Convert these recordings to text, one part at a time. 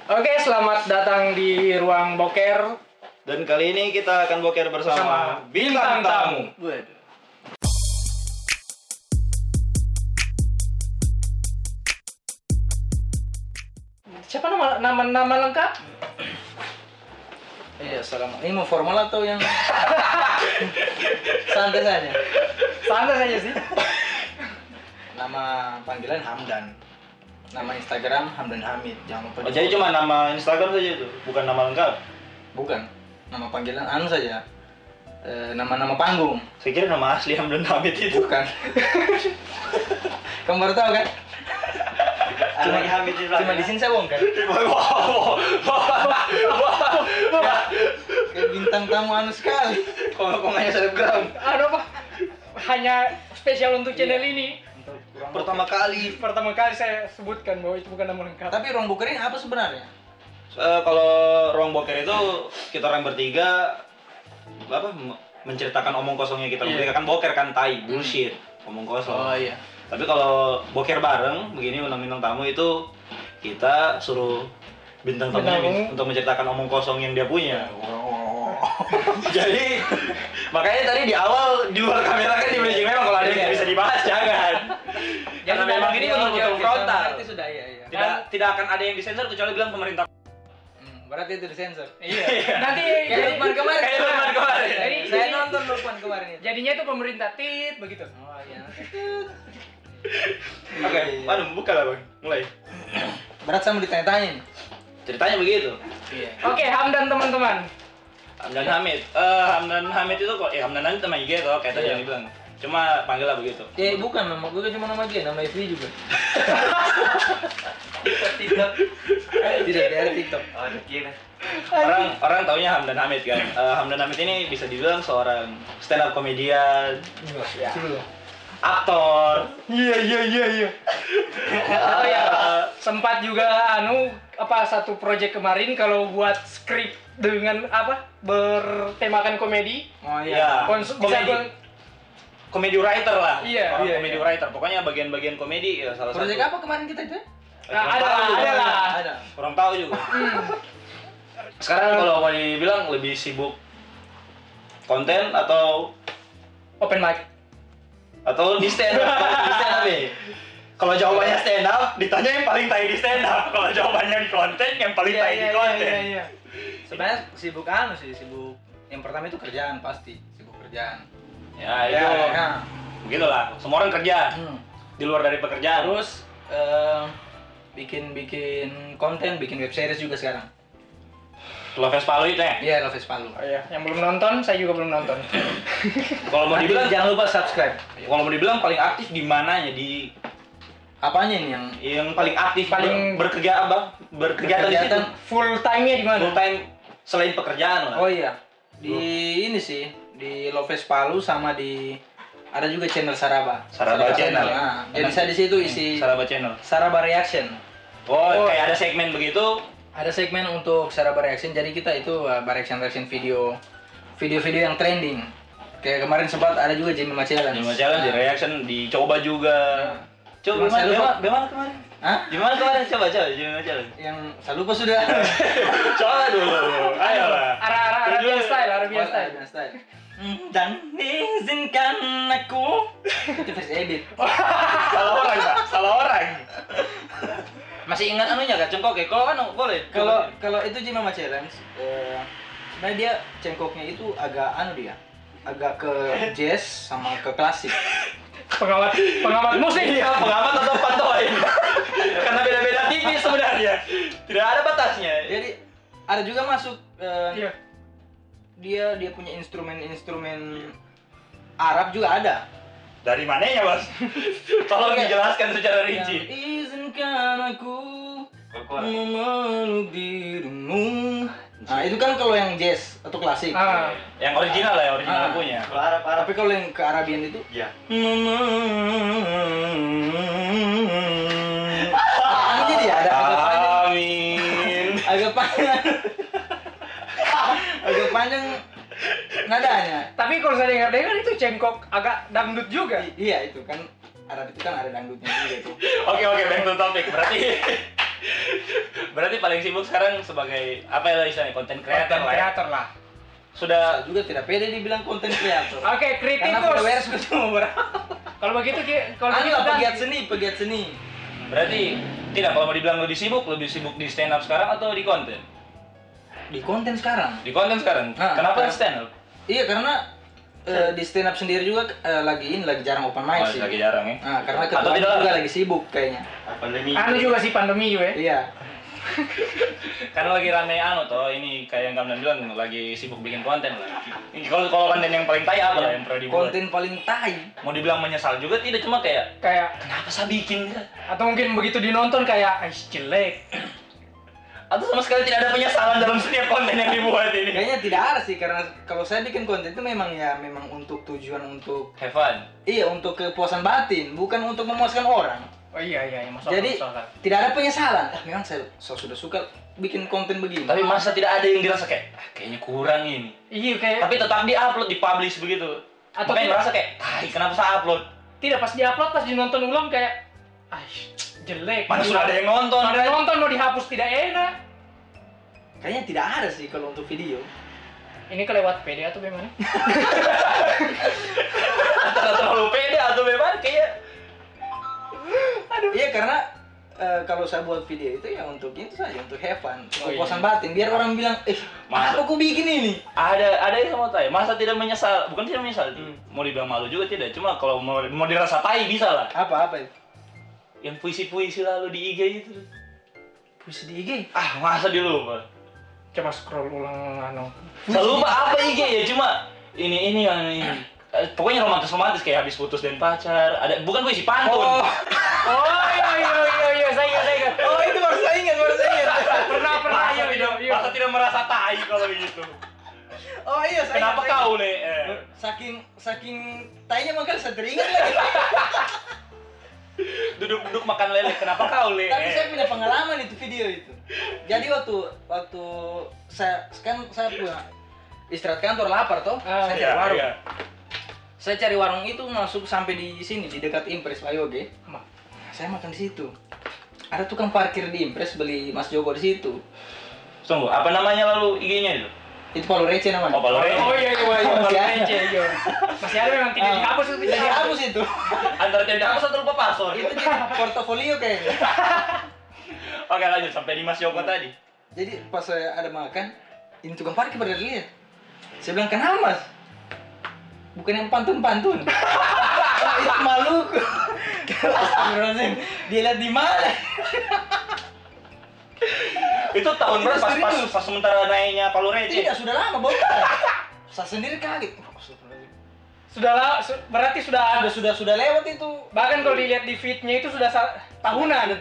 Oke, selamat datang di Ruang Boker. Dan kali ini kita akan boker bersama bintang tamu. Waduh. Siapa nama lengkap? Iya, ini mau formal atau yang santai saja? Santai saja sih. Nama panggilan Hamdan. Nama Instagram Hamdan Hamid. Jangan lupa. Jadi cuma nama Instagram saja itu, bukan nama lengkap. Bukan. Nama panggilan saja. Nama-nama panggung. Saya kira nama asli Hamdan Hamid itu. Bukan. Kamu baru tahu kan? Cuma Hamid itu. Cuma di sini saya bongkar. Kayak bintang tamu sekali. Kok hanya selebgram. Aduh apa? Hanya spesial untuk channel ini. Pertama kali saya sebutkan bahwa itu bukan nama lengkap. Tapi ruang boker ini apa sebenarnya? kalau ruang boker itu kita orang bertiga menceritakan omong kosongnya kita bertiga. Kan boker kan tai, bullshit, omong kosong. Oh iya. Tapi kalau boker bareng begini undang bintang tamu itu kita suruh bintang tamunya untuk menceritakan omong kosong yang dia punya. Jadi makanya tadi di awal di luar kamera kan di bridging memang kalau ada yang bisa dibahas jangan. Karena memang ini betul-betul frontal. Itu sudah iya. Tidak akan ada yang disensor kecuali bilang pemerintah. Berarti itu disensor. Iya. Nanti Kayak Lukman kemarin. Jadi Saya nonton Lukman kemarin itu. jadinya itu pemerintah tit begitu. Oh iya. Oke, waduh buka lah bang, mulai. Berat sama ditanya-tanyain. Ceritanya begitu. Iya. Oke, Hamdan teman-teman. Hamdan Hamid. Hamdan Hamid itu kok Hamdan Hamid nama IG toh kayak tadi yang dibilang. Cuma panggil lah begitu. Bukan nama gue cuma nama dia, nama FB juga. TikTok. Tidak ada TikTok. Oh, kira. Orang taunya Hamdan Hamid kan. Hamdan Hamid ini bisa dibilang seorang stand up comedian, aktor. Iya. Oh ya, sempat juga satu project kemarin kalau buat skrip dengan bertemakan komedi. Oh iya. Komedi writer lah. Iya. Komedi writer. Pokoknya bagian-bagian komedi ya salah Project satu. apa kemarin kita itu? Ada. Kurang tahu juga. Sekarang kalau mau dibilang lebih sibuk konten atau Open mic. atau di stand up nih. Kalau jawabannya stand up, ditanya yang paling tai di stand up. Kalau jawabannya di konten, yang paling tai di konten. Iya. Sebenarnya sibuk sibuk. Yang pertama itu kerjaan pasti, sibuk kerjaan. Ya, itu. Begitulah. Semua orang kerja. Di luar dari pekerjaan. Terus bikin konten, bikin web series juga sekarang. Loves Palu itu ya? Iya, Loves Palu. Oh iya, yang belum nonton, saya juga belum nonton. Kalau mau dibilang jangan lupa subscribe. Kalau mau dibilang paling aktif di mananya? Di apanya nih yang paling aktif paling bekerja di situ? Full time-nya di mana? Full time selain pekerjaan lah. Oh iya. Di ini sih, di Loves Palu sama ada juga channel Saraba Channel. Nah, jadi saya di situ isi Saraba Channel. Saraba Reaction. Oh, kayak ada segmen begitu. Ada segmen untuk Saraba Reaction. Jadi kita itu reaction video yang trending. Kayak kemarin sempat ada juga Jimmy Challenge. Jimmy Challenge, reaction dicoba juga. Coba bagaimana kemarin? Hah? Gimana kemarin? Coba Jimmy Challenge. Yang saya lupa sudah. Coba dulu. Ayolah. Arabian style. Dan izinkan aku. Itu face edit. Salah orang. Masih ingat anunya kan cengkok ya? Kalau boleh. Kalau itu Jimmy Challenge, sebenarnya dia cengkoknya itu agak ke jazz sama ke klasik. Pengamat musik. Iya, pengamat atau pantauan. Karena beda-beda tipis sebenarnya. Tidak ada batasnya. Jadi ada juga masuk Iya. Dia punya instrumen Arab juga ada. Dari mananya, Bos? Tolong dijelaskan secara rinci. Izinkan aku memeluk dirimu. Nah, itu kan kalau yang jazz atau klasik. Yang original lah, yang original lagunya. Kalau Arab. Tapi kalau yang ke Arabian itu, iya. Jadi ada agak panjang. Amin. Agak panjang nadanya. Tapi kalau saya dengar itu cengkok agak dangdut juga. Iya, itu kan Arab itu kan ada dangdutnya juga tuh. Oke, back to topic. Berarti Berarti paling sibuk sekarang sebagai apa ya istilahnya, konten kreator Konten lah ya. kreator lah. Sudah Saya juga tidak pede dibilang konten kreator. Oke, Karena kritikus. followers cuma berapa? Kalau begitu kalau begitu Anu ganti. pegiat seni. berarti tidak, kalau mau dibilang lebih sibuk di stand up sekarang atau di konten? Di konten sekarang. Di konten sekarang. Nah, Kenapa karena- stand up? Iya, karena di stand up sendiri juga lagi jarang open mic Oh, sih. lagi jarang ya. Nah, karena Atau kebetulan tidak juga lah. lagi sibuk kayaknya. Pandemi. Anu juga sih pandemi juga ya. Iya. Karena lagi rame toh ini kayak yang kamu bilang lagi sibuk bikin konten lah. Ini kalau konten yang paling tai apa lah yang pernah dibuat? Konten paling tai. Mau dibilang menyesal juga tidak, cuma kayak Kayak kenapa saya bikin? atau mungkin begitu dinonton kayak jelek. Atau sama sekali tidak ada penyesalan dalam setiap konten yang dibuat ini. Kayaknya tidak ada sih, karena kalau saya bikin konten itu memang untuk tujuan untuk Have fun. iya, untuk kepuasan batin, bukan untuk memuaskan orang. Oh iya masalah. Jadi tidak ada penyesalan. Memang saya sudah suka bikin konten begini. Tapi masa tidak ada yang dirasa kayak kayaknya kurang ini. iya kayak Tapi tetap di-upload, di-publish begitu. Atau Makanya tidak- merasa kayak, "Tai, kenapa saya upload?" tidak pas diupload pas dinonton ulang kayak jelek. Mana sudah ada yang nonton. Ada yang nonton mau dihapus tidak enak. Kayaknya tidak ada sih kalau untuk video. Ini kelewat PD atau bagaimana? Antara terlalu pede atau memang kayak Iya, karena kalau saya buat video itu ya untuk itu saja, untuk have fun, Oh, kepuasan iya. batin. Biar orang bilang, Masa- apa aku bikin ini? ada yang mau tanya, masa tidak menyesal? Bukan tidak menyesal, mau dibilang malu juga tidak. Cuma kalau mau dirasa tai bisa lah. Apa itu? Yang puisi-puisi lalu di IG itu. Puisi di IG. Ah, masa dilupa? Coba scroll ulang anu. Saya lupa apa IG ya, cuma ini. Pokoknya romantis kayak habis putus dan pacar. Ada bukan puisi pantun. Oh iya saya ingat. Oh, itu baru saya ingat. Pernah Masa tidak merasa tai kalau gitu. Oh iya, saya Kenapa ingat. kau le? Saking tanya makanya saya teringat lagi. Duduk makan lele. Kenapa kau le? Tapi saya punya pengalaman itu video itu. Jadi waktu saya punya istirahat kantor, lapar toh. Saya cari warung. Iya. Saya cari warung itu masuk sampai di sini di dekat Impres Bayoge. Saya makan di situ. Ada tukang parkir di Impres, beli Mas Joko di situ. Tunggu, apa namanya lalu IG-nya itu? Itu Palu Receh namanya. Oh, Palu Receh. Oh iya Masih ada. iya. Masih ada memang tidak dihapus itu. Jadi hapus itu. Antara tidak hapus atau lupa password. Itu jadi portofolio kayaknya. Oke, lanjut sampai di Mas Joko tadi. Jadi pas saya ada makan, ini tukang parkir pada lihat. Saya bilang, "Kenapa, Mas? Bukan yang pantun-pantun." Oh, itu Maluku. Astagfirullahaladzim. Dia lihat di mana? Itu tahun Itu berapa serius. pas sementara naiknya Palu Receh? Tidak, sudah lama bos. Saya sendiri kaget. Berarti sudah ada. Sudah lewat itu. Bahkan kalau dilihat di feed-nya itu sudah tahunan.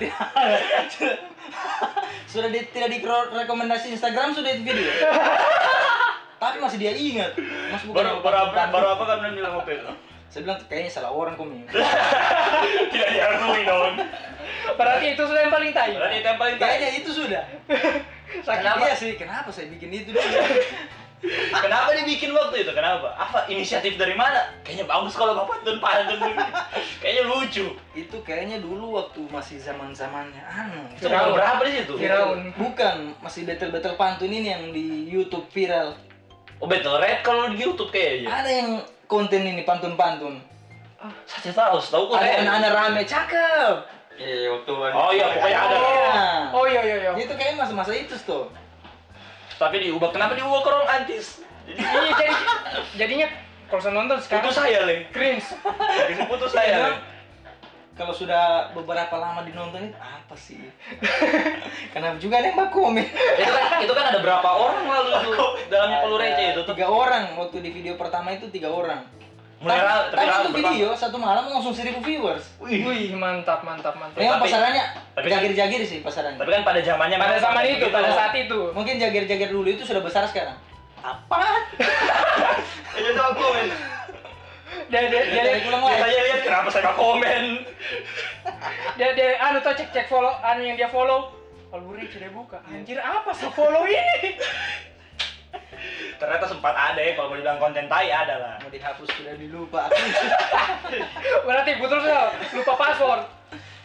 Sudah tidak di rekomendasi Instagram, sudah itu video. Tapi masih dia ingat. Mas bukan yang pantun-pantun. Baru apa kamu bilang apa itu? Saya bilang kayaknya salah orang kok, Ming. Tidak diakui dong. Berarti itu sudah yang paling tai. Berarti itu yang paling tai. Kayaknya itu sudah. Kenapa? Iya sih, kenapa saya bikin itu dulu? Kenapa dibikin waktu itu? Kenapa? Apa inisiatif dari mana? Kayaknya bagus kalau bapak pantun. Kayaknya lucu. Itu kayaknya dulu waktu masih zaman-zamannya Itu umur berapa di situ? Firaun. Bukan, masih battle-battle pantun ini yang di YouTube viral. Oh, Battle Red kalau di YouTube kayaknya. Ada yang konten ini pantun-pantun. Saya tahu kok. Ada anak-anak rame, cakep. Iya, waktu Oh iya, pokoknya ada. Oh iya. Itu kayaknya masa-masa itu tuh. Tapi diubah. Kenapa diubah ke orang antis? Iya jadinya kalau saya nonton sekarang Putus saya, Le. cringe. Jadi putus saya, Le. Kalau sudah beberapa lama dinonton itu apa sih? Kenapa juga ada yang bak komen? Itu kan ada berapa orang lalu itu dalamnya Palu Receh itu tuh. 3 orang waktu di video pertama itu 3 orang. Mulai Tapi itu berapa? video satu malam langsung 1000 viewers. Wih, mantap. Memang Tapi- pasarannya tapi kan- jagir-jagir sih pasarannya. Tapi kan pada zamannya Pada memang zaman sampai itu, begitu. pada saat itu. Mungkin jagir-jagir dulu itu sudah besar sekarang. Apa? Itu tuh aku komen. Dia Tarik ulang lagi. Saya lihat kenapa saya nggak komen. dia anu tuh cek follow anu yang dia follow. Kalau Receh dia buka. Anjir apa sih follow ini? Ternyata sempat ada ya, kalau mau dibilang konten tai ada lah. Mau dihapus sudah dilupa. Berarti betul sudah lupa password.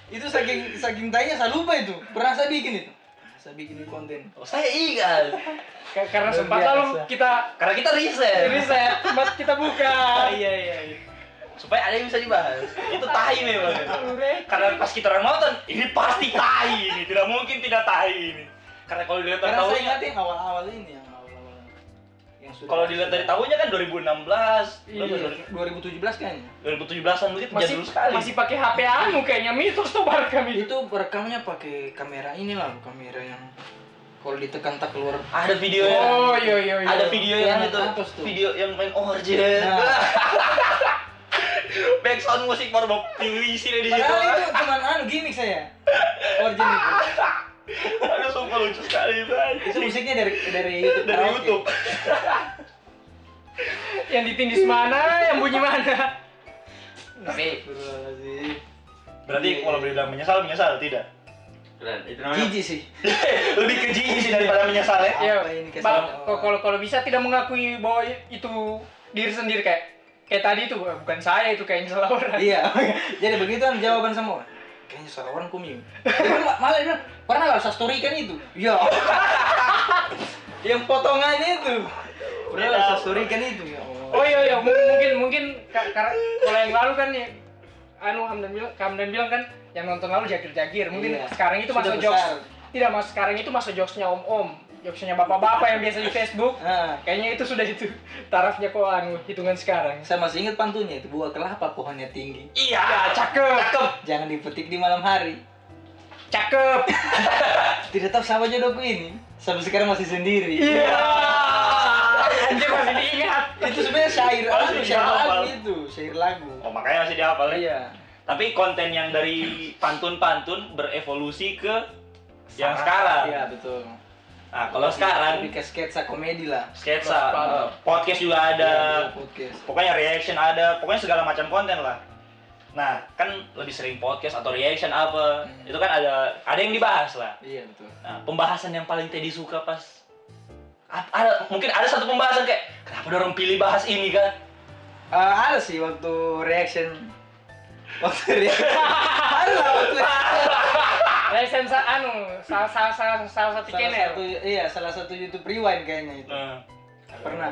Itu saking tanya saya lupa itu. Pernah saya bikin itu. Saya bikin konten. Oh, saya ingat. Karena Luar sempat biasa. lalu kita Karena kita riset. sempat kita buka. Iya. Supaya ada yang bisa dibahas. Itu tahi memang. Karena pas kita orang nonton, ini pasti tahi ini. Tidak mungkin tidak tahi ini. Karena kalau dilihat dari Karena saya tahunnya, ingat yang awal-awal ini yang awal-awal yang sudah. kalau dilihat dari tahunnya kan 2016, Iya. 2017 kayaknya. 2017-an begitu Masih jadul sekali. masih pakai HP anu kayaknya mitos tuh Barkam itu. Itu rekamnya pakai kamera inilah, kamera yang kalau ditekan tak keluar. Ada video yang Oh iya. ada video yang Yang itu, atas tuh. video yang main origin. Nah. Background musik baru mau PVC di situ. Padahal itu cuman gimmick saya. Origin itu. Aduh, sumpah lucu sekali, Bang. Itu musiknya dari YouTube. Dari karaoke. YouTube. Yang ditindis mana, yang bunyi mana. Tapi Astagfirullahaladzim. berarti kalau bilang menyesal tidak? Keren, itu namanya. Jijik sih. Lebih ke jijik sih daripada menyesal ya. Iya. Apa ini kesalahan Kalau bisa tidak mengakui bahwa itu diri sendiri kayak tadi itu bukan saya itu kayaknya salah orang. Iya. Jadi begitu kan jawaban semua. Kayaknya salah orang kumim. Malah dia bilang, pernah nggak usah story kan itu? Iya. Yang potongannya itu. Pernah nggak usah story kan itu? Ya Allah. Oh iya mungkin karena kalau yang lalu kan ya Hamdan bilang kan yang nonton lalu jagir-jagir. Mungkin Iya. sekarang itu Sudah masuk besar. jokes. Tidak mas sekarang itu masuk jokesnya om-om, jokesnya bapak-bapak yang biasa di Facebook. Nah, Kayaknya itu sudah itu tarafnya kok hitungan sekarang. saya masih ingat pantunnya itu, buah kelapa pohonnya tinggi. Iya, cakep. Jangan dipetik di malam hari. Cakep. Tidak tahu siapa jodohku ini. Sampai sekarang masih sendiri. Iya. Anjir masih diingat. Itu sebenarnya syair Masih syair dihafal. lagu itu, syair lagu. Oh, makanya masih dihafal ya. Iya. Tapi konten yang dari pantun-pantun berevolusi ke yang sekarang. Iya, betul. Nah, kalau sekarang lebih ke sketsa komedi lah. sketsa, Pas- podcast juga ada, Iya, podcast. pokoknya reaction ada, pokoknya segala macam konten lah. Nah, kan lebih sering podcast atau reaction apa, itu kan ada yang dibahas lah. Iya, betul. Nah, pembahasan yang paling Teddy suka pas mungkin ada satu pembahasan kayak kenapa orang pilih bahas ini kan? Ada sih waktu reaction. Ada lah waktu License salah satu channel. salah satu YouTube Rewind kayaknya itu. Nah, Pernah.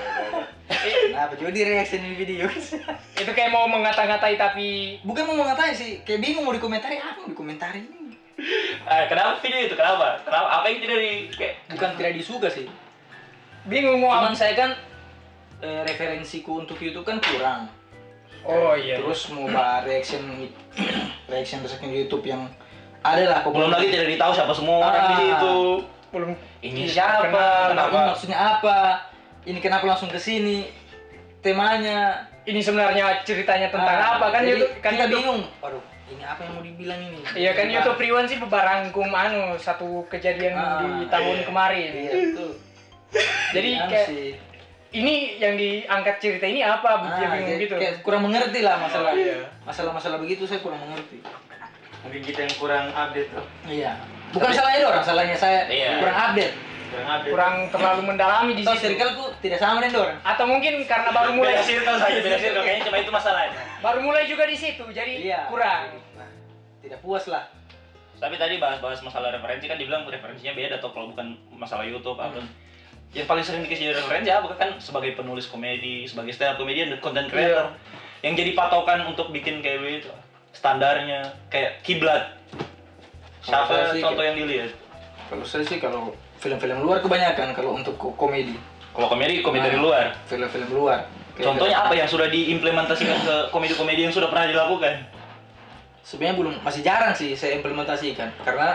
Nah, jadi di reaction di video. Itu kayak mau ngata-ngatai tapi Bukan mau ngatain sih, kayak bingung mau dikomentari apa, mau dikomentari ini. kenapa video itu? Kenapa? Apa yang tidak di kayak Bukan tidak disuka sih. bingung mau Cuman saya kan referensiku untuk YouTube kan kurang. Oh iya. Terus mau bahas reaction YouTube yang ada lah. belum lagi tidak ditahu siapa semua orang di situ. belum Ini Iya, siapa? kenal. Kenapa maksudnya apa? Ini kenapa langsung ke sini? Temanya. ini sebenarnya ceritanya tentang apa kan jadi YouTube kan kita YouTube. bingung. Aduh, ini apa yang mau dibilang ini? Iya kan YouTube Rewind sih berangkum satu kejadian di tahun kemarin. Iya, betul. Jadi Anu kayak sih. ini yang diangkat cerita ini apa dia bingung jadi gitu. kayak kurang mengerti lah masalah. Oh, iya. Masalah-masalah begitu saya kurang mengerti. Mungkin kita yang kurang update tuh. Iya. Bukan salahnya orang, salahnya saya Iya. kurang update. Kurang update. Kurang terlalu mendalami di Atau situ. circleku tidak sama dengan orang. Atau mungkin karena baru mulai Beda circle saja, beda circle kayaknya cuma itu masalahnya. baru mulai juga di situ jadi Iya. kurang. Nah, tidak puas lah. Tapi tadi bahas masalah referensi kan dibilang referensinya beda atau kalau bukan masalah YouTube apa. Yang paling sering dikasih referensi apa kan sebagai penulis komedi, sebagai stand up comedian dan content creator. Yang jadi patokan untuk bikin kayak begitu. Standarnya kayak kiblat. Kalau saya Siapa sih contoh yang dilihat? Kalau saya sih kalau film-film luar kebanyakan kalau untuk komedi. Kalau komedi dari luar. Film-film luar. Kayak Contohnya apa yang sudah diimplementasikan ke komedi-komedi yang sudah pernah dilakukan? Sebenarnya belum, masih jarang sih saya implementasikan karena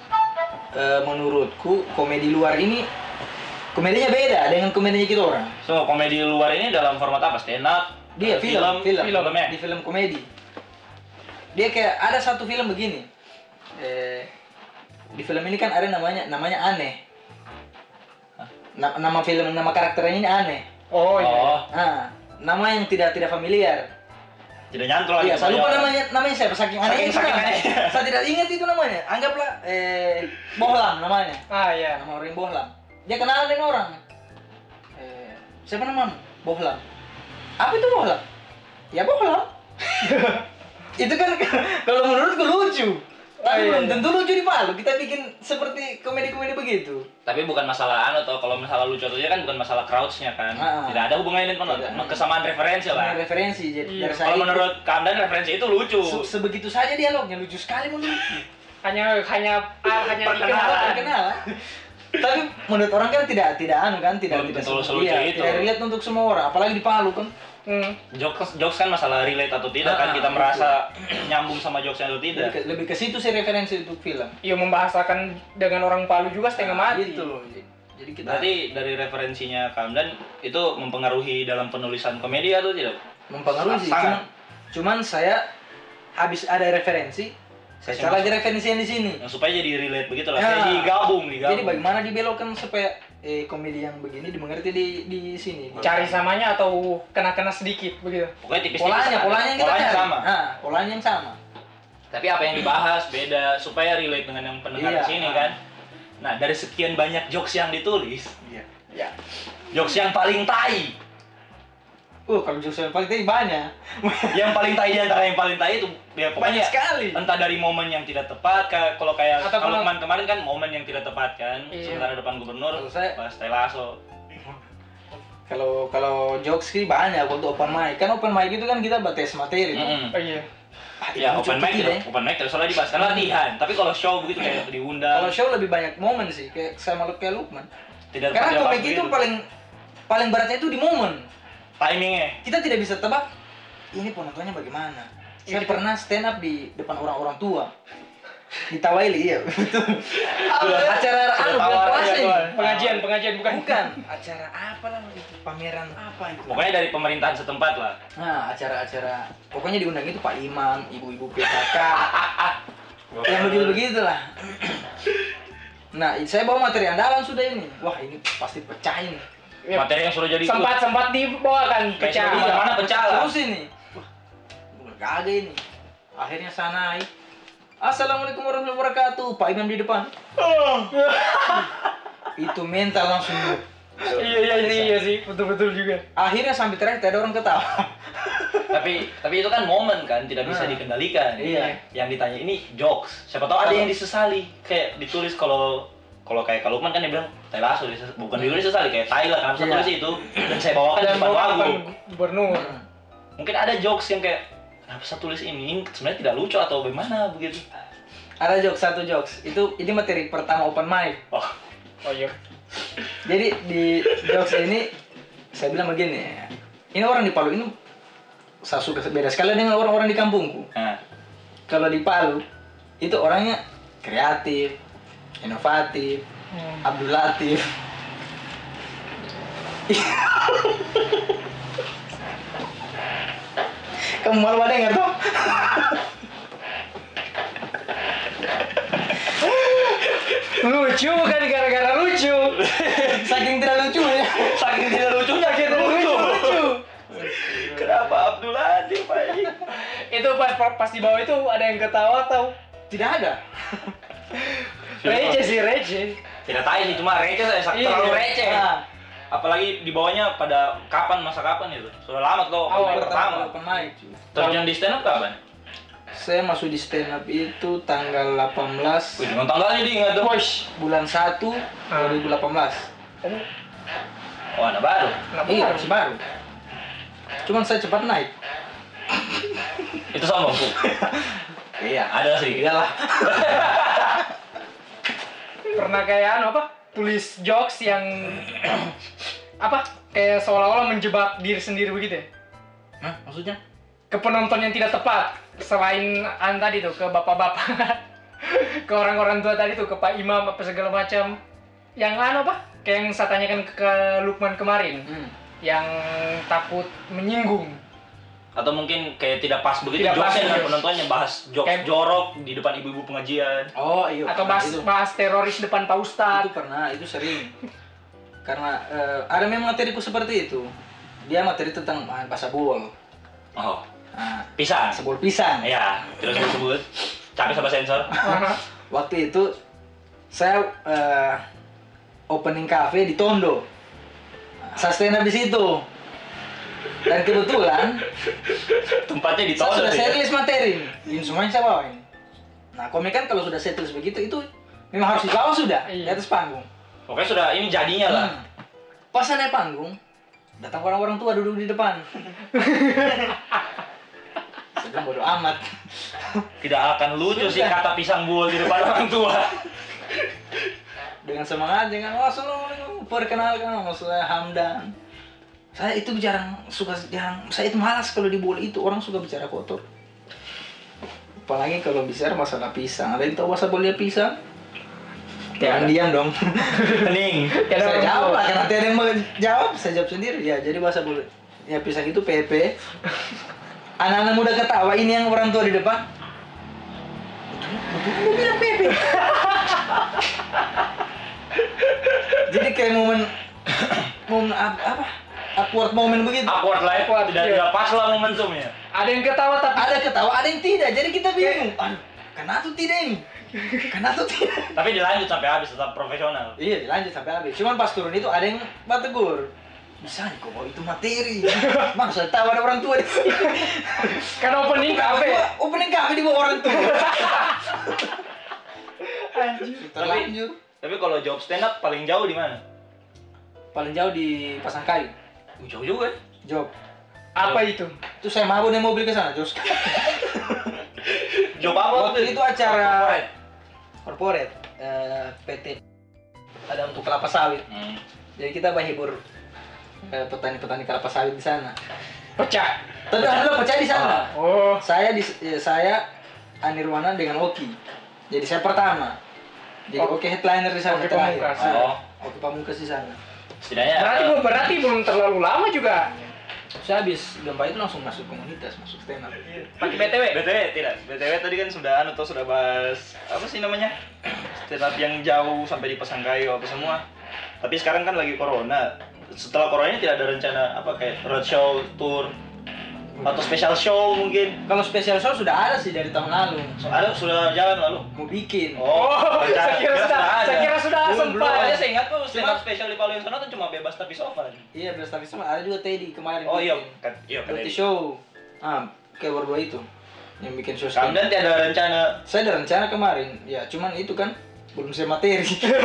menurutku komedi luar ini komedinya beda dengan komedinya kita orang. So, komedi luar ini dalam format apa? Stand up? Dia film filmnya. di film komedi. Dia kayak ada satu film begini. Di film ini kan ada namanya aneh. Nama karakternya ini aneh. Oh iya. Oh, Nah, nama yang tidak familiar. tidak nyantol Iya, saya lupa namanya. namanya siapa, saking aneh itu Saking namanya. aneh. Saya tidak ingat itu namanya. Anggaplah Bohlam namanya. Ah iya. Nama orang Bohlam. Dia kenal dengan orang. Siapa namamu? Bohlam. Apa itu Bohlam? Ya Bohlam. Itu kan kalau menurutku lucu. Tapi iya, belum iya. tentu lucu di Palu. Kita bikin seperti komedi-komedi begitu. Tapi bukan masalah atau kalau masalah lucu atau kan bukan masalah crowds-nya kan. Tidak ada hubungannya dengan kesamaan referensi lah. Referensi Iya. dari saya. Kalau menurut Kamdan referensi itu lucu. Sebegitu saja dialognya lucu sekali menurutku. hanya Perkenalan. Kenal. Tapi menurut orang kan tidak anu kan tidak Belum tidak tentu seluruh- selucu iya, itu. tidak relate untuk semua orang, apalagi di Palu kan. Jokes kan masalah relate atau tidak kan kita merasa nyambung sama jokesnya atau tidak. Lebih ke situ sih referensi untuk film. Iya, membahasakan dengan orang Palu juga setengah mati. Gitu. Jadi kita Berarti dari referensinya Kamdan itu mempengaruhi dalam penulisan komedi atau tidak? mempengaruhi sih. Sangat. Cuman saya habis ada referensi, saya Kasih cari lagi referensi yang di sini. Yang supaya jadi relate begitu lah. Ya. Kayak digabung. Jadi bagaimana dibelokkan supaya komedi yang begini dimengerti di sini. Cari samanya atau kena-kena sedikit begitu. Pokoknya tipis-tipis. polanya yang kita cari. sama. Nah, polanya yang sama. Tapi apa yang dibahas beda supaya relate dengan yang pendengar Iya. di sini kan. Nah, dari sekian banyak jokes yang ditulis, Iya. Ya. jokes yang paling tai. Kalau jokes yang paling tadi banyak. Yang paling tai di antara yang paling tai itu ya pokoknya Banyak sekali. entah dari momen yang tidak tepat kalau kayak Atau kalau kalau- kemarin kan momen yang tidak tepat kan. Iya. Sementara depan gubernur Kalau saya- pas Tai Lasso. Kalau jokes sih banyak waktu open mic. Kan open mic itu kan kita batas materi. tuh. Mm-mm. Oh iya. Ya Itu open lucu mic tidak tidak, open mic terus soalnya dibahas kan latihan. Tapi kalau show begitu kayak diundang Kalau show lebih banyak momen sih, kayak sama kayak Lukman. tidak Karena pas komik itu paling beratnya itu di momen. timingnya. Kita tidak bisa tebak ini penontonnya bagaimana. Saya pernah stand up di depan orang-orang tua. Di Tawaili, iya betul. Acara anu bulan puasa ini. Pengajian bukan. Bukan, acara apa lah itu? Pameran apa itu? Pokoknya dari pemerintahan setempat lah. Nah, acara-acara pokoknya diundang itu Pak Imam, ibu-ibu PKK. Yang begitu-begitu lah. Nah, saya bawa materi andalan sudah ini. Wah, ini pasti pecah ini. Ya, Materi yang sudah jadi sempat dibawakan Kayak pecah. sudah mana pecah lah. Terus ini. Wah, gak ada ini. Akhirnya sana. Assalamualaikum warahmatullahi wabarakatuh. Pak Imam di depan. Itu mental langsung. Iya sih, betul juga. Akhirnya sampai terakhir tidak ada orang ketawa. tapi itu kan momen kan tidak bisa Nah. dikendalikan. Iya. Yang ditanya ini jokes. Siapa tahu ada yang disesali. Kayak ditulis kalau kayak kalau Lukman kan dia bilang Tai Lasso bukan ditulis disesali kayak Tai lah kan saya Iya. tulis itu dan saya bawakan di Dan depan bawa Wagub. depan gubernur. Mungkin ada jokes yang kayak kenapa saya tulis ini sebenarnya tidak lucu atau bagaimana begitu. Ada jokes, satu jokes. Ini materi pertama open mic. Oh, Oh iya. Jadi di jokes ini saya bilang begini. Ini orang di Palu ini saya suka beda sekali dengan orang-orang di kampungku. nah. Kalau di Palu itu orangnya kreatif, inovatif, Abdul Latif. Kamu malu ada nggak tuh? Lucu kan gara-gara lucu. Saking tidak lucu ya. Saking tidak lucunya kita lucu. Kenapa Abdul Latif Pak? Itu pas di bawah itu ada yang ketawa atau Tidak ada. receh. Tidak tahu sih cuma receh Iya. terlalu receh. Nah, Apalagi di bawahnya pada masa kapan itu? Sudah lama tuh Awal pertama. open mic. Terjun di stand up kapan? Saya masuk di stand up itu tanggal 18 Wih, dengan tanggalnya dia ingat tuh. bulan 1 2018. Oh, anak baru. Iya, masih baru. Cuman saya cepat naik. Itu sombong tuh. Iya. Ada sih. Iyalah. Pernah kayak apa? Tulis jokes yang apa? Kayak seolah-olah menjebak diri sendiri begitu ya? Hah, maksudnya? Ke penonton yang tidak tepat. Selain tadi tuh ke bapak-bapak. Ke orang-orang tua tadi tuh, ke Pak Imam apa segala macam. Yang apa? Kayak yang saya tanyakan ke Lukman kemarin. Yang takut menyinggung. Atau mungkin kayak tidak pas begitu Tidak pas, jokesnya dengan iya. penontonnya bahas jokes Kayak- jorok di depan ibu-ibu pengajian. Oh, iya. Atau pernah bahas teroris depan Pak itu Ustadz. pernah, itu sering. Karena ada memang materiku seperti itu. Dia materi tentang bahasa bol. Oh, Nah, pisang. sebol pisang. Ya, terus disebut. Capek sama sensor. Waktu itu saya opening cafe di Tondo. Saya stand up di situ. Dan kebetulan Tempatnya di saya tol sudah ya. setlist materi nih. Ini semuanya saya bawa ini. Nah, komik kan kalau sudah setlist begitu itu memang harus dibawa sudah di Iya. atas panggung. Pokoknya sudah ini jadinya lah. Pas saya naik panggung, datang orang-orang tua duduk di depan. Saya bilang bodo amat. Tidak akan lucu sih kata pisang buah di depan orang tua. Dengan semangat, dengan assalamualaikum, perkenalkan nama saya Hamdan. Saya itu jarang, saya itu malas kalau di bola itu orang suka bicara kotor. Apalagi kalau bicara masalah pisang. Ada yang tahu bahasa bola pisang? Jangan diam dong. Hening. Saya jawab lah, karena ada yang mau jawab, saya jawab sendiri. Ya, jadi bahasa bola ya pisang itu PP. Anak-anak muda ketawa, ini yang orang tua di depan. Betul lu bilang PP. Jadi kayak momen apa? Awkward momen begitu. Awkward lah, tidak pas lah momentumnya. Ada yang ketawa tapi Ada ketawa, ada yang tidak. Jadi kita bingung. Aduh, karena tuh tidak ini. Karena tuh tidak. Tapi dilanjut sampai habis, tetap profesional. Iya, dilanjut sampai habis. Cuman pas turun itu ada yang tegur. Bisa nih kok bawa itu materi. Mang, saya tahu ada orang tua di sini. kan opening cafe. Opening cafe di bawah orang tua. Anjir. Terlanjur. Tapi kalau job stand up paling jauh di mana? Paling jauh di Pasangkayu. Jauh juga. Job. Apa itu? Itu saya mabuk naik mobil ke sana, Jos. Job apa Waktu itu acara Corporate. corporate PT ada untuk kelapa sawit. Jadi kita menghibur petani-petani kelapa sawit di sana. Pecah. Tapi alhamdulillah pecah di sana. Oh. Saya Anirwana dengan Oki. Jadi saya pertama. Jadi Oh. Oki headliner di sana Oki terakhir. Pamungkas. Oh. Oki Pamungkas di sana. Setidaknya Berarti belum terlalu lama juga. Saya habis gempa itu langsung masuk komunitas, masuk stand up. Pakai BTW. BTW tidak. BTW tadi kan sudah bahas apa sih namanya? Stand up yang jauh sampai di Pasangkayu apa semua. Tapi sekarang kan lagi corona. Setelah corona ini tidak ada rencana apa kayak roadshow, tour atau special show mungkin. Kalau special show sudah ada sih dari tahun lalu. Ada sudah jalan lalu. Mau bikin. Saya kira sudah Belum sempat. aja saya ingat tuh stand up special di Palu yang sana tuh cuma bebas tapi sofa. Iya, belas tapi sama ada juga Teddy kemarin. Oh iya, bikin. kan iya kan. Berarti show. Kayak berdua itu yang bikin show stand up. Kamdan tidak ada rencana. Saya ada rencana kemarin. Ya, cuman itu kan belum saya materi.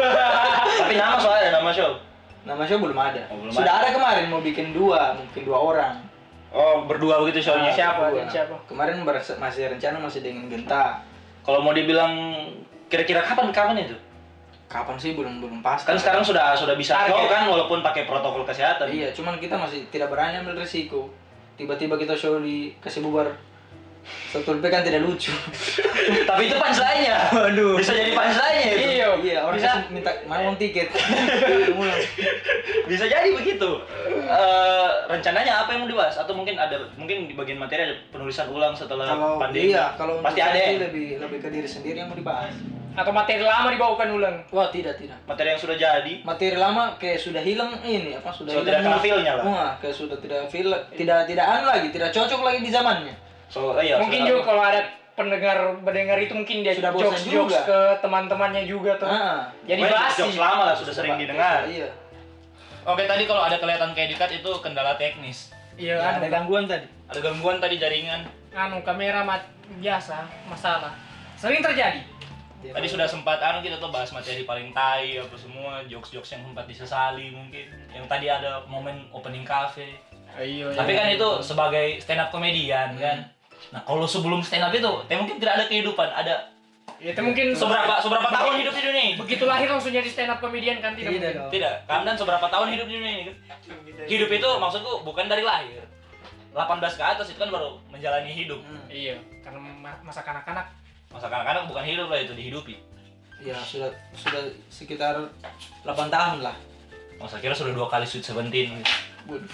Tapi nama soalnya ada nama show. Nama show belum ada. Oh, belum Sudah ada kemarin mau bikin mungkin dua orang. Oh, berdua begitu show-nya. Siapa? Berdua. Dan siapa? Kemarin masih rencana masih dengan Genta. Kalau mau dibilang kira-kira kapan itu? Kapan sih belum pasti. Kan sekarang sudah bisa Target. show kan walaupun pakai protokol kesehatan. Iya, cuman kita masih tidak berani ambil risiko. Tiba-tiba kita show kasih bubar. Satu LP kan tidak lucu. Tapi itu punchline-nya. Waduh. Bisa jadi punchline-nya itu. Iya. Iya, orang Bisa. kasih minta mau tiket. Mulai. Bisa jadi begitu. Rencananya apa yang mau dibahas atau mungkin di bagian materi ada penulisan ulang setelah Kalau pandemi. iya, kalau untuk pasti ada. saya Ya? sih lebih ke diri sendiri yang mau dibahas. Atau materi lama dibawakan ulang. Wah, tidak. Materi yang sudah jadi. Materi lama kayak sudah hilang ini apa sudah Sudah hilang tidak kena feel-nya lah. Wah, kayak sudah tidak feel tidak anu lagi, tidak cocok lagi di zamannya. So, iya, Mungkin sudah- juga kalau ada mendengar itu mungkin dia Sudah bosan jokes juga. ke teman-temannya juga tuh. Jadi Pokoknya basi. jokes lama lah sudah sering didengar. Iya. Oke, tadi kalau ada kelihatan kayak dekat itu kendala teknis. Iya, Ya, anu, ada gangguan tadi. Ada gangguan tadi jaringan. kamera biasa masalah. Sering terjadi. Tadi sudah sempat kita tuh bahas materi paling tai apa semua, jokes-jokes yang sempat disesali mungkin. Yang tadi ada momen opening cafe. Iya. Tapi kan itu sebagai stand up komedian kan. Nah, kalau sebelum stand up itu, mungkin tidak ada kehidupan, ada itu mungkin seberapa tahun hidup di dunia ini? begitu lahir langsung jadi stand up comedian kan tidak Tidak mungkin. dong. Tidak, Kamdan seberapa tahun hidup di dunia ini? Hidup itu maksudku bukan dari lahir. 18 ke atas itu kan baru menjalani hidup. Iya, karena masa kanak-kanak. Masa kanak-kanak bukan hidup lah, itu dihidupi. Ya, sudah sekitar 8 tahun lah. Masa kira sudah 2 kali Sweet 17 gitu. Bud.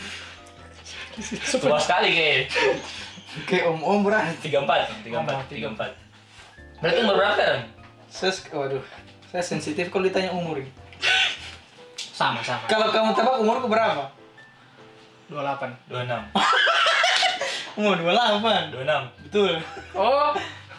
Tua sekali kayaknya. Kayak om-om berarti. 34. Berarti umur berapa kan? Waduh, saya sensitif kalau ditanya umur. Sama. Kalau kamu tebak umurku berapa? 28. 26. Umur 28. 26. Betul. Oh.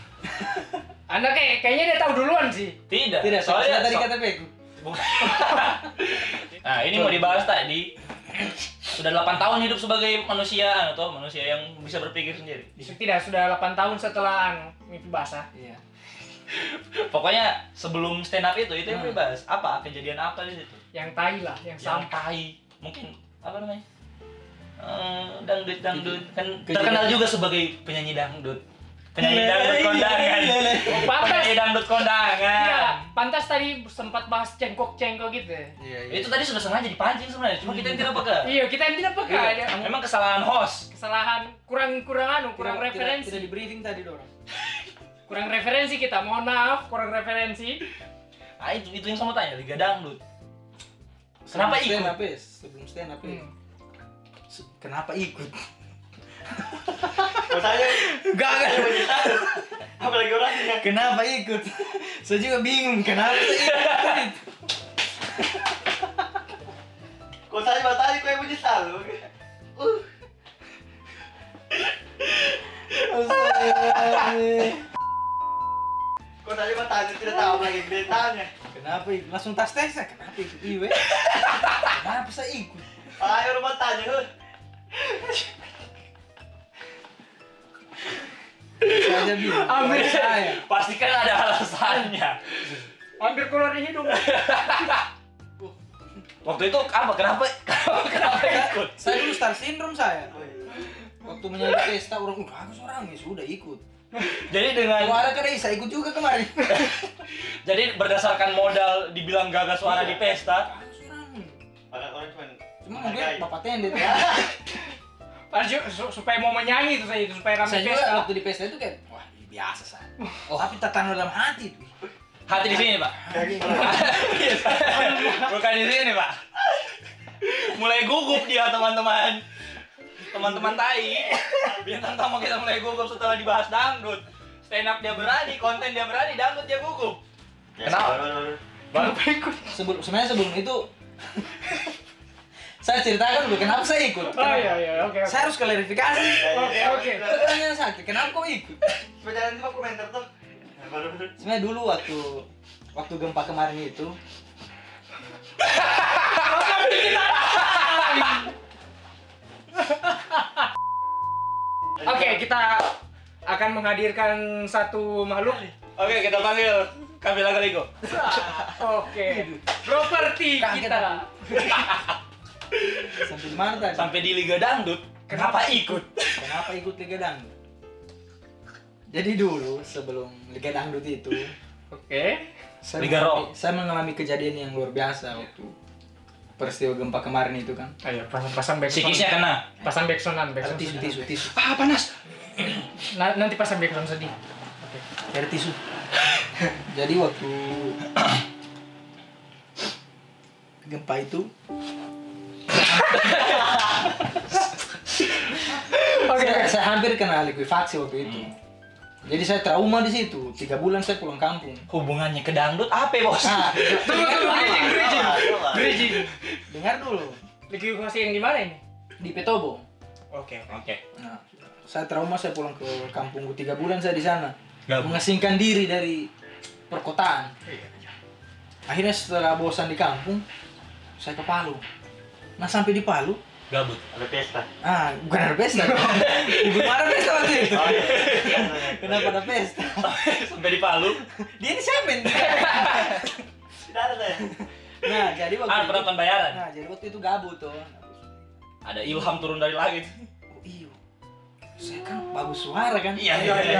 Anda kayaknya dia tahu duluan sih. Tidak. Tidak, soalnya tadi so- KTP ku. Bukan. Nah, ini mau dibahas tadi. sudah 8 tahun hidup sebagai manusia atau manusia yang bisa berpikir sendiri. Tidak, sudah 8 tahun setelah mimpi basah. Iya. Pokoknya sebelum stand up itu yang bebas. Apa kejadian apa di situ? Yang tai lah, yang Yang sampah. tai. Mungkin apa namanya? Dangdut kan terkenal juga sebagai penyanyi dangdut. Penyanyi dangdut kondangan. Oh, pantas. Penyanyi dangdut kondangan. Iya, pantas tadi sempat bahas cengkok-cengkok gitu. Iya, iya. Itu tadi sudah sengaja dipancing sebenarnya, cuma kita yang tidak peka. Iya, kita yang tidak peka. Iya. Memang kesalahan host. Kesalahan kurang referensi. Tidak di briefing tadi dorong. Kurang referensi kita, mohon maaf, kurang referensi. Ah itu yang saya mau tanya, Liga Dangdut. Kenapa ikut? Sebelum stand up Hmm. Kenapa ikut? Saya Enggak. apalagi orangnya. Kenapa ikut? Saya juga bingung kenapa saya ikut. Kok saya batali kok yang menyesal. Kok saya batali tidak tahu lagi beritanya. Kenapa ikut? Langsung tas saya. Kenapa ikut Iwe? Kenapa saya ikut? Ayo rumah tanya, Saya aja bingung. Ambil. Saya. Pasti kan ada alasannya. Hampir keluar di hidung. Waktu itu apa? Kenapa ikut? Saya dulu star syndrome saya. Waktu menyanyi pesta orang bagus orang ya sudah ikut. Jadi Kalau dengan ada keren saya ikut juga kemarin. jadi berdasarkan modal dibilang gagal suara di pesta. Bagus orang. Orang cuma Mungkin bapak tendet ya. Supaya mau menyanyi itu saya itu supaya ramai Saya juga pesta. waktu di pesta itu kayak wah ini biasa saya. Oh tapi tatanan dalam hati tuh. Hati di sini, Pak. Bukan di sini, Pak. Mulai gugup dia, teman-teman. Teman-teman tai. Bintang tamu kita mulai gugup setelah dibahas dangdut. Stand up dia berani, konten dia berani, dangdut dia gugup. Kenapa? Baru ikut. Sebenarnya sebelum itu saya ceritakan dulu kenapa saya ikut. Oh iya, oke. Saya harus klarifikasi. Oke. Pertanyaan sakit, kenapa kau ikut? Perjalanan itu komentar tuh. Baru Sebenarnya dulu waktu gempa kemarin itu Oke, kita akan menghadirkan satu makhluk. Oke, kita panggil Kabila Galigo. Oke. Properti Kaget kita. sampai di mana tadi? Sampai di Liga Dangdut. Kenapa ikut? Kenapa ikut Liga Dangdut? Jadi dulu sebelum Liga Dangdut itu Oke. Liga Rock. saya mengalami kejadian yang luar biasa waktu peristiwa gempa kemarin itu kan. Ayo pasang backsound. Psikisnya kena. Pasang backsoundan, Ada backsound. tisu. Ah, panas. Nanti pasang backsound sedih. Oke. Ada tisu. Jadi waktu gempa itu saya hampir kena likuifaksi waktu itu. Jadi saya trauma di situ. 3 bulan saya pulang kampung. Hubungannya ke dangdut apa, Bos? Nah, Tunggu, bridging. dengar dulu Likuifaksi yang di mana ini? di Petobo. Oke. Nah, saya trauma saya pulang ke kampungku 3 bulan saya di sana. Gabung. Mengasingkan diri dari perkotaan. Akhirnya setelah bosan di kampung, saya ke Palu. Nah sampai di Palu, Gabut. ada pesta. bukan ada pesta. Ibu ada pesta waktu itu. Kenapa ada pesta? Sampai di Palu. Dia ini siapa ini? Tidak ada saya. Nah jadi waktu itu, Penonton bayaran. nah jadi waktu itu gabut tuh. Ada ilham turun dari langit. Oh iyo, saya kan bagus suara kan? Iya.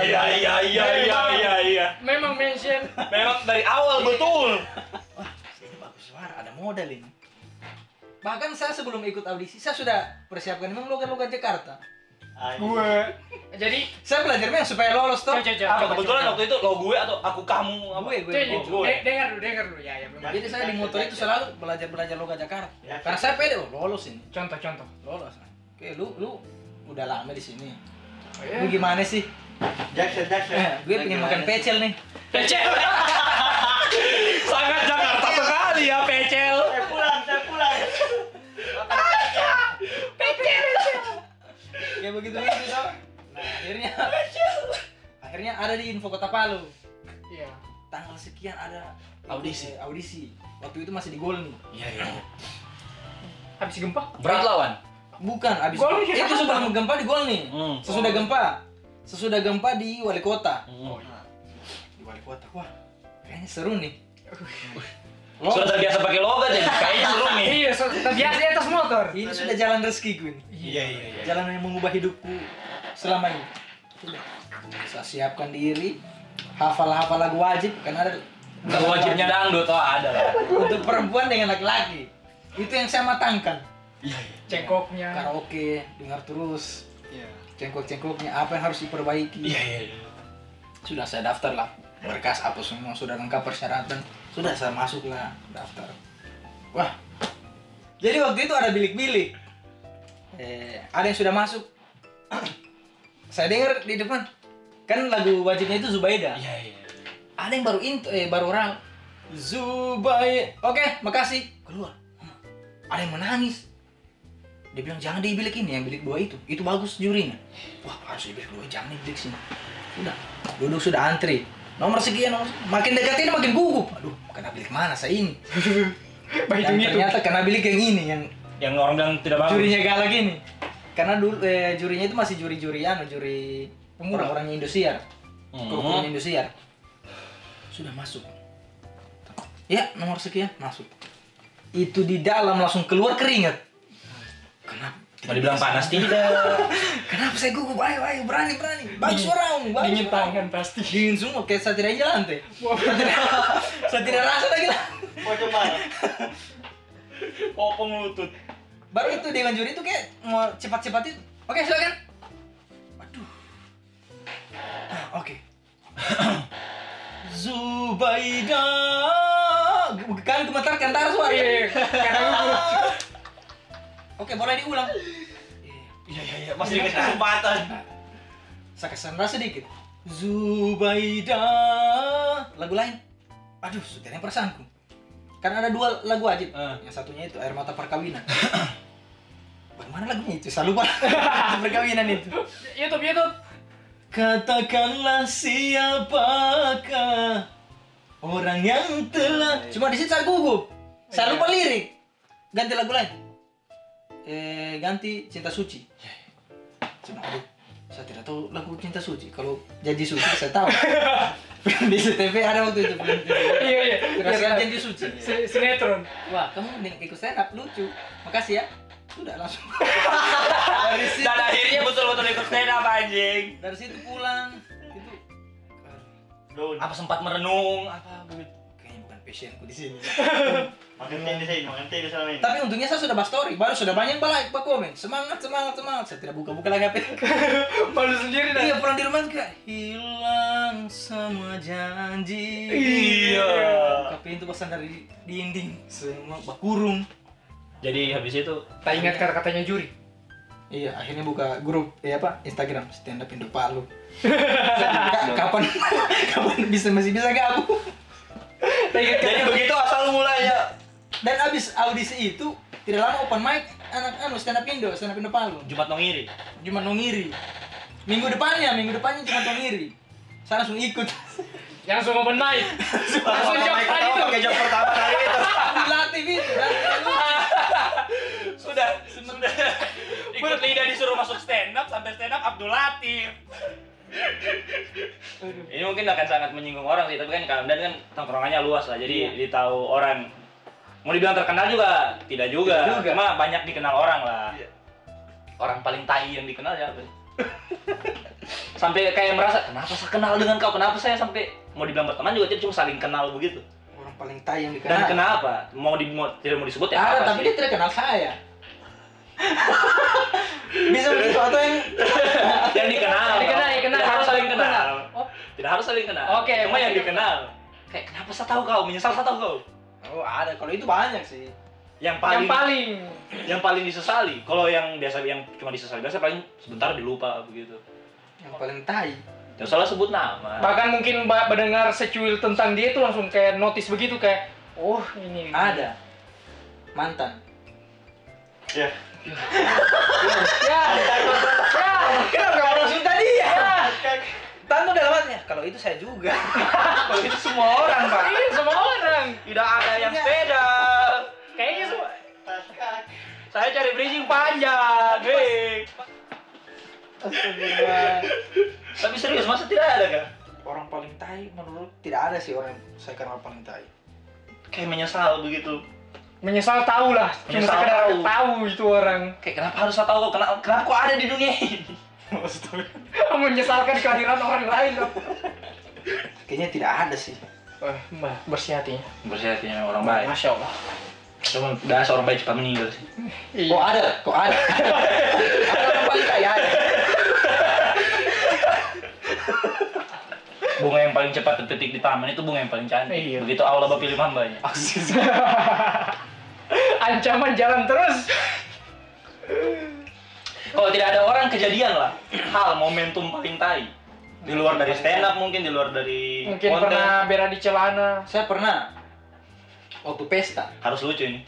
Memang mention. Memang dari awal betul. Wah, ini bagus suara, ada modal ini. Bahkan saya sebelum ikut audisi, saya sudah persiapkan memang logat-logat Jakarta. Gue. Jadi Saya belajar memang supaya lolos tuh. Apa kebetulan waktu itu lo gue atau aku kamu apa? Gue. dengar dulu ya memang. Jadi saya di motor itu selalu belajar logat Jakarta. Ya. Karena saya pede, lolos ini. Contoh. Lolos. Oke, lu udah lama di sini. Oh, Lu gimana sih? Jackson. Gue pengen makan pecel nih. Pecel. Sangat Jakarta sekali ya pecel. Saya pulang. Kayak begitu tuh. Nah, akhirnya ada di Info Kota Palu. Iya. Tanggal sekian ada Audisi. audisi. Waktu itu masih di Golni. Iya. Habis gempa? Berat lawan. Bukan, abis Golnya. itu sebelum gempa di gol nih. Hmm. Sesudah gempa di wali kota. Hmm. Di wali kota, wah kayaknya seru nih. Sudah terbiasa pakai logat ya, kayaknya seru nih. Iya, terbiasa di atas motor. Ini sudah jalan rezekiku ini. Iya. Jalan yang mengubah hidupku selama ini. Sudah. Saya siapkan diri, hafal lagu wajib, kan ada Kalau wajibnya dangdut, ada lah. untuk perempuan dengan laki-laki. Itu yang saya matangkan. Cengkoknya. Karaoke, dengar terus. Iya. Cengkok-cengkoknya apa yang harus diperbaiki. Iya. Sudah saya daftar lah. Berkas apa semua sudah lengkap persyaratan. Sudah saya masuk lah daftar. Wah. Jadi waktu itu ada bilik-bilik. Ada yang sudah masuk. Saya dengar di depan. Kan lagu wajibnya itu Zubaida. Iya. Ada yang baru orang Zubaida. Oke, makasih. Keluar. Ada yang menangis. Dia bilang jangan di bilik ini, yang bilik 2 itu. Itu bagus jurinya. Wah, harus di bilik 2, jangan di bilik sini. Udah, duduk sudah antri. Nomor sekian, makin dekat ini makin gugup. Aduh, kena bilik mana saya ini? Dan ternyata kena bilik yang ini, Yang orang bilang tidak bagus. jurinya galak ini. Karena dulu jurinya itu masih juri orang-orangnya Indosiar. Kru-krunya Indosiar. Sudah masuk. Ya, nomor sekian masuk. Itu di dalam langsung keluar keringat. Kenapa? Mau dibilang panas tidak. Kenapa saya gugup? Ayo, berani. Bagus orang, bagus. Dingin orang. tangan pasti. Dingin semua, kayak saya tidak jalan teh. Saya tidak rasa lagi lah. Mau coba. Popong lutut. Baru itu dengan juri itu kayak mau cepat-cepat itu. Oke, silakan. Waduh. Oke. Zubaida. Kan gemetarkan tar suara. Iya, karena gugup. Oke, boleh diulang. Iya. Masih dikasih kesempatan. Saya kesandra sedikit. Zubaida. Lagu lain. Aduh, sudah yang perasaanku. Karena ada 2 lagu wajib. Yang satunya itu Air Mata Perkawinan. Bagaimana lagunya itu? Saya lupa. Perkawinan itu. YouTube. Katakanlah siapakah orang yang telah. Cuma di situ saya gugup. Saya lupa lirik. Ganti lagu lain. Ganti Cinta Suci. Cuma aduh, saya tidak tahu lagu Cinta Suci. Kalau Janji Suci saya tahu. Di CTV ada waktu itu film TV. Iya. Kasihan Janji Suci. Sinetron. Wah, kamu ikut stand up lucu. Makasih ya. Sudah langsung. Dari situ, Dan akhirnya betul-betul ikut stand up anjing. dari situ pulang. Itu Apa sempat merenung apa begitu? kayaknya bukan passionku di sini. Makan teh di sana ini. Tapi untungnya saya sudah bahas story, baru sudah banyak like, komen. Semangat. Saya tidak buka lagi HP. Malu sendiri dah. Iya, pulang di rumah kayak hilang semua janji. Iya. Buka pintu pasang dari dinding, semua berkurung. Jadi habis itu Tak ingat kata-katanya juri. Iya, akhirnya buka grup, Instagram Stand Up Indo Palu. Kapan masih bisa gabung? jadi begitu asal mulanya. Dan abis audisi itu tidak lama open mic Stand Up Indo Palu. Jumat Nongiri. Cuma nongiri. Minggu depannya cuma nongiri. Saya langsung ikut. Langsung open mic. Langsung jawab tadi tuh. Pakai job pertama kali itu. Dilatih itu. Sudah ikut lidah disuruh masuk stand up sampai stand up Abdul Latif. Ini mungkin akan sangat menyinggung orang sih, tapi kan Kamdan kan tongkrongannya luas lah, jadi ditahu orang. Mau dibilang terkenal juga tidak juga. Cuma banyak dikenal orang lah. Orang paling tai yang dikenal ya. Sampai kayak merasa kenapa saya kenal dengan kau, kenapa saya sampai mau dibilang berteman juga cuma saling kenal begitu. Orang paling tai yang Dan dikenal. kenapa? Tidak mau disebut ya? Ada, apa tapi sih? dia tidak kenal saya. Bisa begitu atau yang dikenal. Dikenal. Tidak harus saling kenal. Oh. Tidak harus saling kenal. Oke, Cuma yang maksudnya- dikenal. Kayak kenapa saya tahu kau? Menyesal saya tahu kau. Oh, ada. Kalau itu banyak sih. Yang Yang paling disesali. Kalau yang biasa yang cuma disesali biasa paling sebentar dilupa begitu. Yang paling tai. Jangan salah sebut nama. bahkan mungkin mendengar secuil tentang dia itu langsung kayak notice begitu kayak oh ini Ada. Mantan. Ya. ya Kenapa kamu langsung tadi ya? Tanto dalam hatinya. Kalau itu saya juga. Kalau itu semua orang, Pak. iya semua orang Tidak ada yang beda. kayaknya semua Saya cari bridging panjang. Hei. Astagfirullah. Tapi serius, masa tidak ada kah? Orang paling tai menurut tidak ada sih orang yang saya kenal paling tai. Kayak menyesal begitu. Menyesal tahu lah, cuma Menyesal sekedar tahu. tahu itu orang. Kayak kenapa harus saya tahu? Kenapa kok ada di dunia ini? Menyesalkan kehadiran orang lain. Kayaknya tidak ada sih. Mbak, bersih hatinya. Bersihatnya orang baik. Masya Allah. Cuma bahasa orang baik cepat meninggal sih. Iya. Kok ada? Kok ada? Ada orang paling tai ada. Bunga yang paling cepat terpetik di taman itu bunga yang paling cantik. Iya. Begitu Allah pilih hambanya. Ancaman jalan terus. Kalau tidak ada orang, kejadian lah hal momentum paling tai. Di luar dari stand up mungkin, di luar dari Mungkin konten. pernah berak di celana. Saya pernah waktu pesta. Harus lucu ini.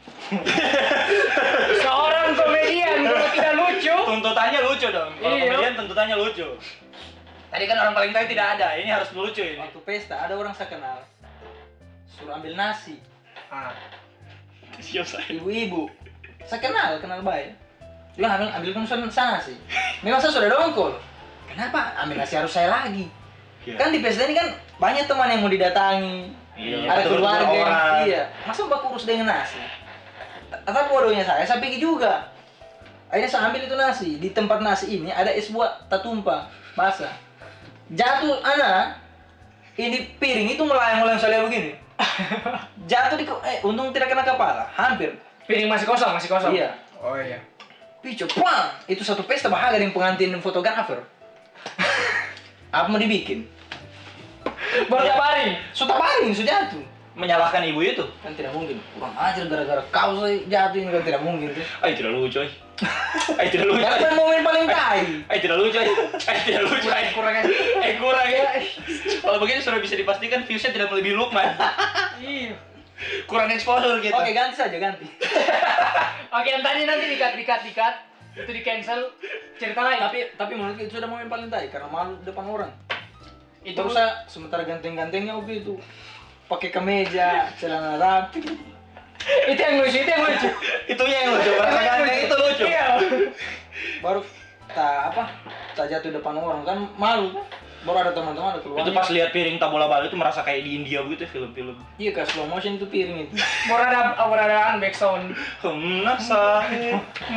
Seorang komedian kalau tidak lucu. Tuntutannya lucu dong. Kalau Iya. komedian tuntutannya lucu. Tadi kan orang paling tai tidak ada, ini harus lucu ini. Waktu pesta ada orang saya kenal suruh ambil nasi. Ah, Ibu-ibu. Saya kenal baik. Dia ambilkan sana nasi. Memang saya sudah dongkol. Kenapa ambil nasi harus saya lagi? Iya. Kan di pesta ini kan banyak teman yang mau didatangi. Iya, Ada betul-betul keluarga. orang. Iya. Masa mbak urus dengan nasi? Tapi bodohnya saya pikir juga. Akhirnya saya ambil itu nasi. Di tempat nasi ini ada es buah tak tumpah, basah. Jatuh anak, ini piring itu melayang-layang saya begini. Jatuh di untung tidak kena kepala, hampir. piring masih kosong, masih kosong. Iya. Oh iya. Picu, pang! Itu satu pesta bahagia dengan pengantin dan fotografer. Apa mau dibikin? Baru baring. Sudah baring, sudah jatuh. Menyalahkan ibu itu. Kan tidak mungkin. Kurang ajar gara-gara kau saya jatuh ini kan tidak mungkin tuh. Ay, tidak lucu, ay. Ay, tidak lucu. Karena kan momen paling tai. Ay, tidak lucu, ay. Ay, tidak lucu, ay. Kurang aja. Kurang ya. Kalau begini sudah bisa dipastikan viewsnya tidak melebihi Lukman. Iya. Kurang exposure gitu. Oke, ganti saja, ganti. Oke, yang tadi nanti dikat. Itu di cancel. Cerita lain. Tapi menurutku itu sudah momen paling tai karena malu depan orang. itu Terus saya sementara ganteng-gantengnya waktu itu pakai kemeja, celana rapi. itu yang lucu. Itu yang lucu. Rasa ganteng itu lucu. Iya. Baru tak jatuh depan orang kan malu. Baru ada teman-teman ada keluar. Itu pas lihat piring tabola balik itu merasa kayak di India begitu ya, film-film. Iya, kayak slow motion itu piring itu. Moradaan back sound. Nasai.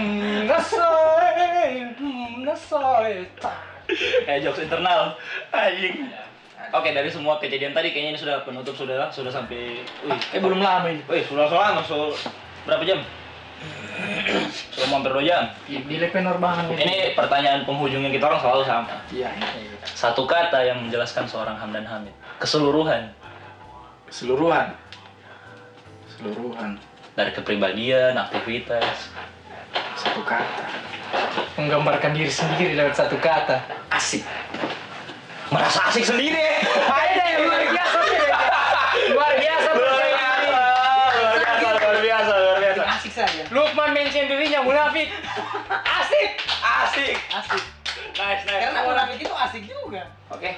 Nasai. Jokes internal. Anjing. Oke, dari semua kejadian tadi kayaknya ini sudah penutup, sudah sampai Belum lama ini. sudah lama, berapa jam? Sudah hampir 2 jam. Di penerbangan Ini pertanyaan penghujungnya kita orang selalu sama. Iya. Satu kata yang menjelaskan seorang Hamdan Hamid. Keseluruhan. Keseluruhan. Dari kepribadian, aktivitas. Satu kata. menggambarkan diri sendiri lewat satu kata. Asik. Merasa asik sendiri. Ada yang luar biasa sih. Luar biasa. Luar biasa. Asik saja. Lukman mention dirinya munafik. Asik. Asik. Asik. Nice. Karena munafik itu asik juga. Oke.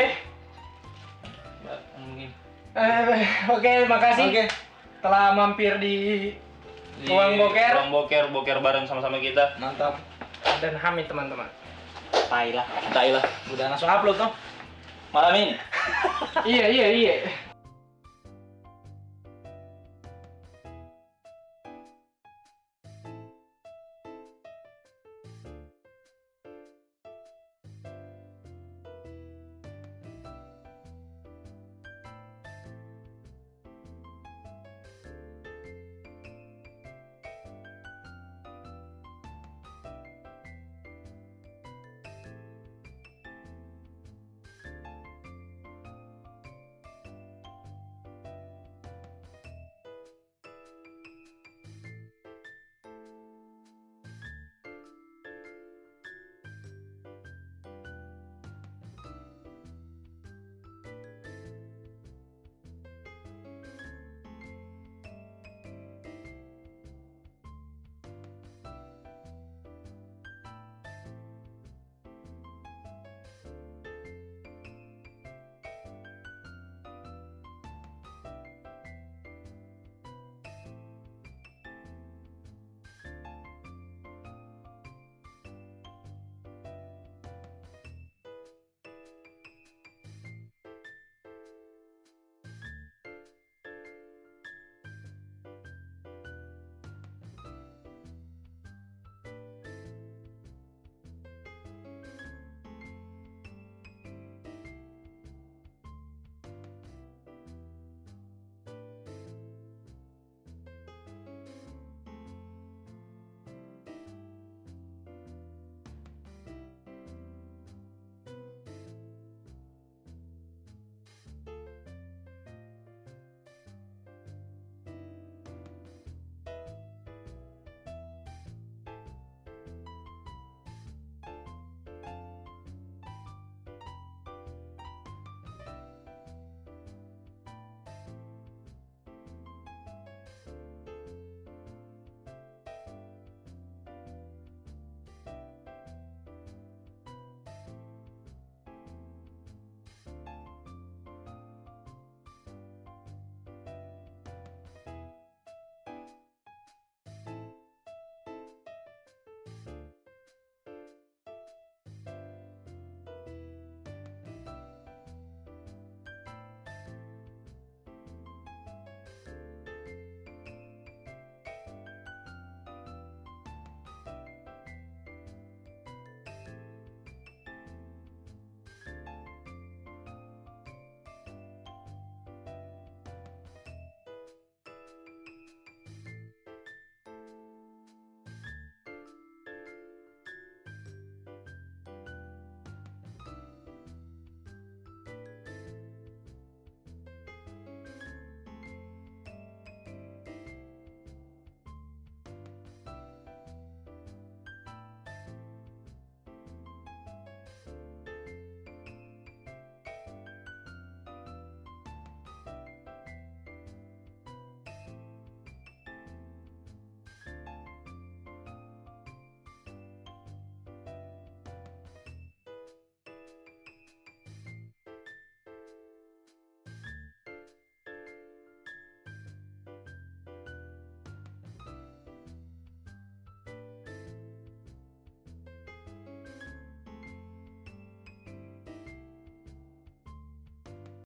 Oke, makasih. Oke. Telah mampir di Ruang Boker. Boker bareng sama-sama kita. Mantap. Dan Hamid teman-teman. Tai lah. Udah langsung upload toh. Malam ini. Iya.